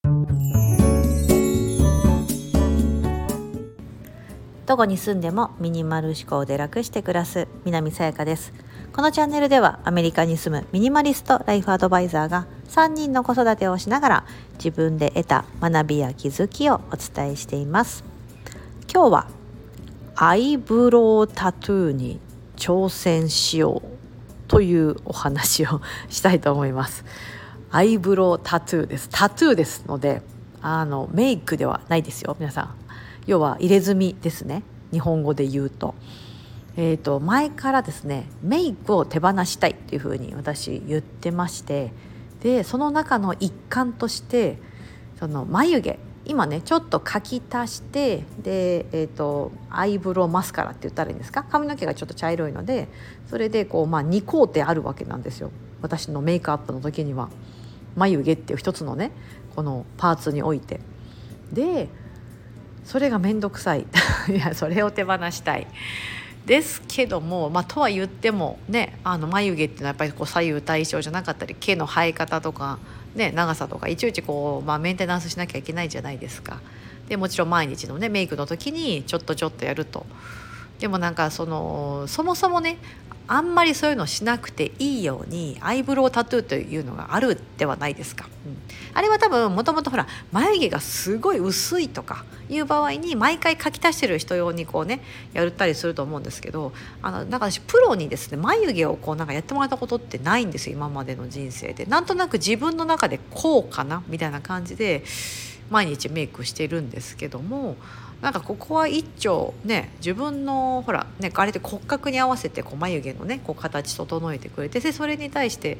どこに住んでもミニマル思考で楽して暮らす南さやかです。このチャンネルではアメリカに住むミニマリストライフアドバイザーが3人の子育てをしながら自分で得た学びや気づきをお伝えしています。今日はアイブロウタトゥーに挑戦しようというお話をしたいと思います。アイブロウタトゥーです。タトゥーですのでメイクではないですよ皆さん。要は入れ墨ですね、日本語で言うと。前からですね、メイクを手放したいっていうふうに私言ってまして、でその中の一環としてその眉毛、今ねちょっと描き足して、で、アイブロウマスカラって言ったらいいんですか、髪の毛がちょっと茶色いのでそれで2工程あるわけなんですよ。私のメイクアップの時には眉毛っていう一つのねこのパーツにおいて、でそれがめんどくさいいやそれを手放したいですけども、とは言ってもね、眉毛っていうのはやっぱり左右対称じゃなかったり、毛の生え方とか、ね、長さとかいちいちメンテナンスしなきゃいけないじゃないですか。でもちろん毎日のねメイクの時にちょっとやると。でもそもそもねあんまりそういうのしなくていいようにアイブロウタトゥーというのがあるではないですか、あれは多分もともと眉毛がすごい薄いとかいう場合に毎回描き足してる人用にやったりすると思うんですけど、私プロにですね眉毛をやってもらったことってないんですよ、今までの人生で。なんとなく自分の中でこうかなみたいな感じで毎日メイクしてるんですけども、ここは一丁ね、自分のあれで骨格に合わせて眉毛のね形整えてくれて、でそれに対して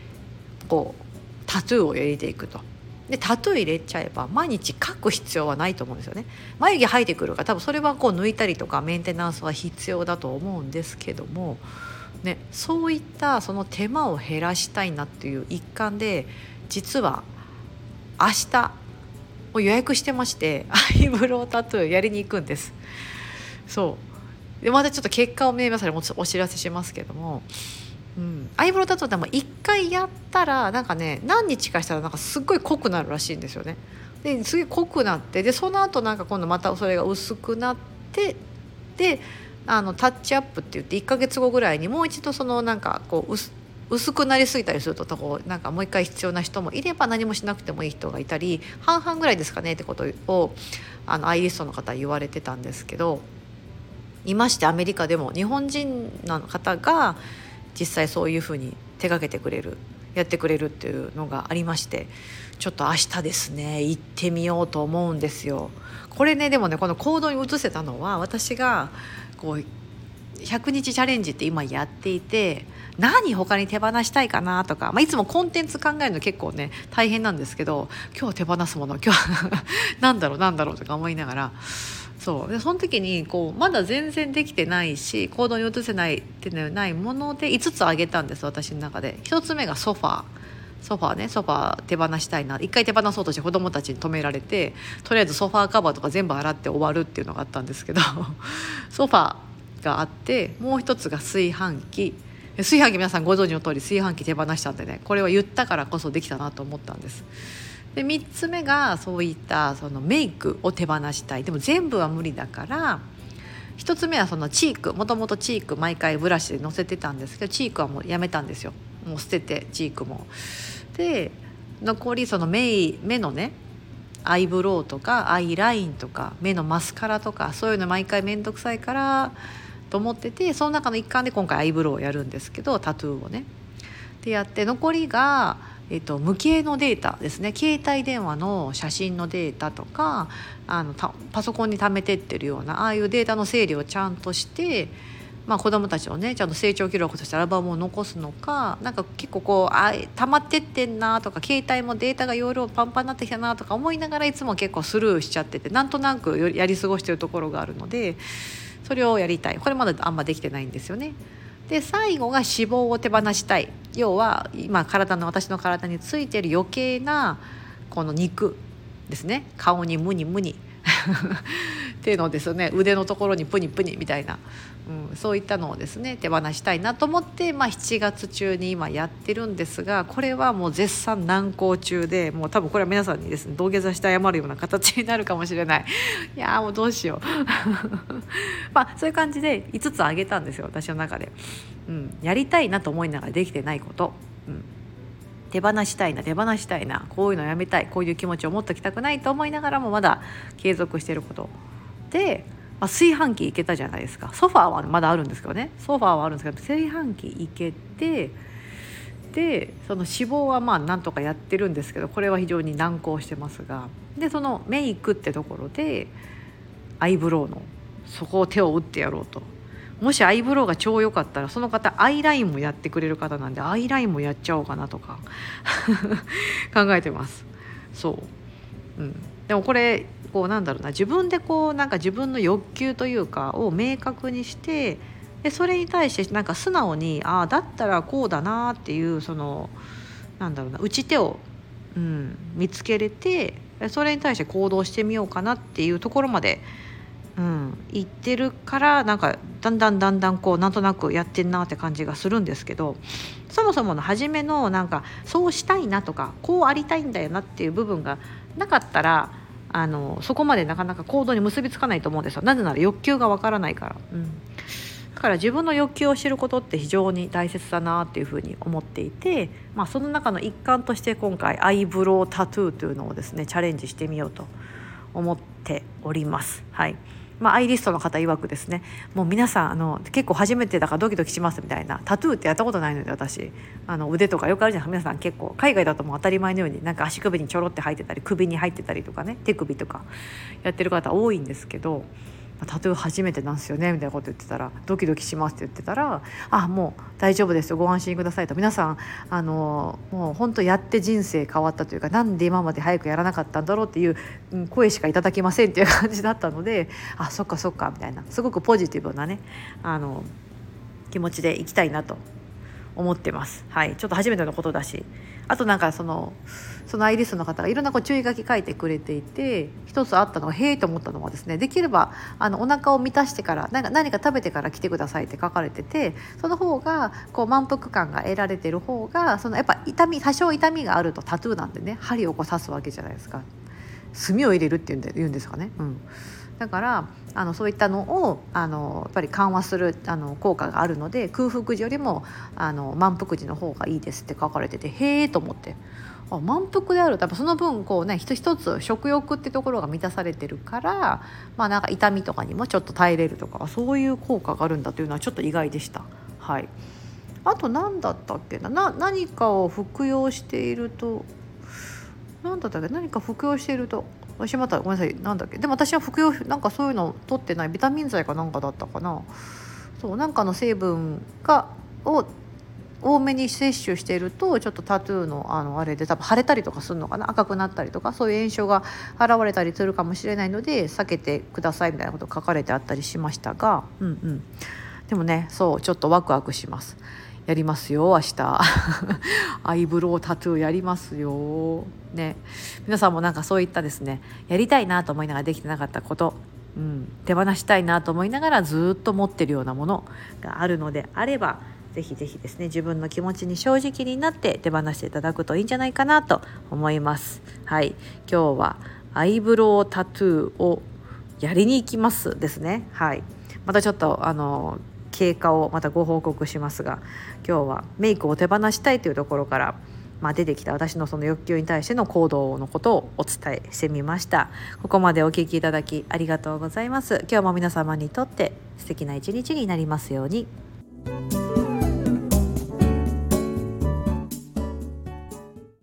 タトゥーを入れていくと。でタトゥー入れちゃえば毎日描く必要はないと思うんですよね。眉毛生えてくるから多分それは抜いたりとかメンテナンスは必要だと思うんですけども、ね、そういったその手間を減らしたいなっていう一環で、実は明日もう予約してまして、アイブロウタトゥーやりに行くんです。そうでまたちょっと結果を皆さんにお知らせしますけども、アイブロウタトゥーっても1回やったら何日かしたらすっごい濃くなるらしいんですよね。ですごい濃くなって、でその後今度またそれが薄くなって、でタッチアップって言って1ヶ月後ぐらいにもう一度薄くなりすぎたりするともう一回必要な人もいれば、何もしなくてもいい人がいたり、半々ぐらいですかねってことをアイリストの方は言われてたんですけど、いましてアメリカでも日本人の方が実際そういうふうに手掛けてくれる、やってくれるっていうのがありまして、ちょっと明日ですね行ってみようと思うんですよ。これね、でもねこの行動に移せたのは、私が100日チャレンジって今やっていて、何他に手放したいかなとか、いつもコンテンツ考えるの結構ね大変なんですけど、今日手放すもの今日なんだろうとか思いながら、でその時にまだ全然できてないし行動に移せないっていうのはないもので5つあげたんです、私の中で。1つ目がソファー手放したいな、一回手放そうとして子供たちに止められて、とりあえずソファーカバーとか全部洗って終わるっていうのがあったんですけどソファーがあって、もう一つが炊飯器。皆さんご存知の通り炊飯器手放したんでね、これは言ったからこそできたなと思ったんです。で3つ目がそういったメイクを手放したい。でも全部は無理だから、1つ目はチーク、もともとチーク毎回ブラシでのせてたんですけど、チークはもうやめたんですよ。もう捨ててチークも。で残り目のねアイブロウとかアイラインとか目のマスカラとか、そういうの毎回めんどくさいからと思ってて、その中の一環で今回アイブロウをやるんですけど、タトゥーをねでやって、残りが、無形のデータですね。携帯電話の写真のデータとかパソコンに貯めてってるようなああいうデータの整理をちゃんとして、子どもたちをねちゃんと成長記録としてアルバムを残すのか、結構溜まってってんなとか、携帯もデータが容量パンパンになってきたなとか思いながら、いつも結構スルーしちゃってて、なんとなくやり過ごしてるところがあるので、それをやりたい。これまだあんまできてないんですよね。で最後が脂肪を手放したい。要は今私の体についている余計なこの肉ですね、顔にムニムニっていうのですよね、腕のところにプニプニみたいな、 そういったのをですね手放したいなと思って、7月中に今やってるんですが、これはもう絶賛難航中で、もう多分これは皆さんにですね土下座して謝るような形になるかもしれない。いやもうどうしようそういう感じで5つあげたんですよ、私の中で。やりたいなと思いながらできてないこと、手放したいなこういうのやめたい、こういう気持ちを持っておきたくないと思いながらもまだ継続していることで、炊飯器いけたじゃないですか。ソファーはまだあるんですけどね、炊飯器いけて、でその脂肪はなんとかやってるんですけど、これは非常に難航してますが、でそのメイクってところでアイブロウのそこを手を打ってやろうと。もしアイブロウが超良かったら、その方アイラインもやってくれる方なんで、アイラインもやっちゃおうかなとか考えてます。そう、でもこれ自分で自分の欲求というかを明確にして、でそれに対して素直にだったらこうだなっていう打ち手を、見つけれて、それに対して行動してみようかなっていうところまで言ってるから、だんだんなんとなくやってんなって感じがするんですけど、そもそもの初めのそうしたいなとかこうありたいんだよなっていう部分がなかったら、そこまでなかなか行動に結びつかないと思うんですよ。なぜなら欲求がわからないから、だから自分の欲求を知ることって非常に大切だなっていうふうに思っていて、その中の一環として今回アイブロウタトゥーというのをですねチャレンジしてみようと思っております。アイリストの方曰くですね、もう皆さん結構初めてだからドキドキしますみたいな、タトゥーってやったことないので、私腕とかよくあるじゃないですか。皆さん結構海外だともう当たり前のように足首にちょろって入ってたり、首に入ってたりとかね、手首とかやってる方多いんですけど、タトゥー初めてなんですよねみたいなこと言ってたら、ドキドキしますって言ってたら、もう大丈夫ですよ、ご安心くださいと。皆さんもう本当やって人生変わったというか、なんで今まで早くやらなかったんだろうっていう声しかいただきませんっていう感じだったので、そっかみたいな、すごくポジティブなね気持ちでいきたいなと思ってます。ちょっと初めてのことだし、あとそのアイリストの方がいろんな注意書き書いてくれていて、一つあったのがへえと思ったのはですね、できればお腹を満たしてから何か食べてから来てくださいって書かれてて、その方が満腹感が得られてる方が、やっぱ多少痛みがあると、タトゥーなんでね針を刺すわけじゃないですか。墨を入れるって言うんですかね。だからそういったのをやっぱり緩和する効果があるので、空腹時よりも満腹時の方がいいですって書かれてて、へえと思って、満腹であるとやっぱその分一つ食欲ってところが満たされてるから、痛みとかにもちょっと耐えれるとか、そういう効果があるんだというのはちょっと意外でした。あと何だったっけな、何かを服用していると、私またごめんなさい、でも私は服用そういうの取ってない、ビタミン剤かなんかだったかな。の成分を多めに摂取していると、ちょっとタトゥーのあれで多分腫れたりとかするのかな、赤くなったりとか、そういう炎症が現れたりするかもしれないので避けてくださいみたいなこと書かれてあったりしましたが、でもね、ちょっとワクワクします。やりますよ明日アイブロウタトゥーやりますよね。皆さんもそういったですね、やりたいなと思いながらできてなかったこと、手放したいなと思いながらずっと持ってるようなものがあるのであれば、ぜひぜひですね、自分の気持ちに正直になって手放していただくといいんじゃないかなと思います。今日はアイブロウタトゥーをやりに行きますですね。またちょっと経過をまたご報告しますが、今日はメイクを手放したいというところから、出てきた私のその欲求に対しての行動のことをお伝えしてみました。ここまでお聞きいただきありがとうございます。今日も皆様にとって素敵な一日になりますように。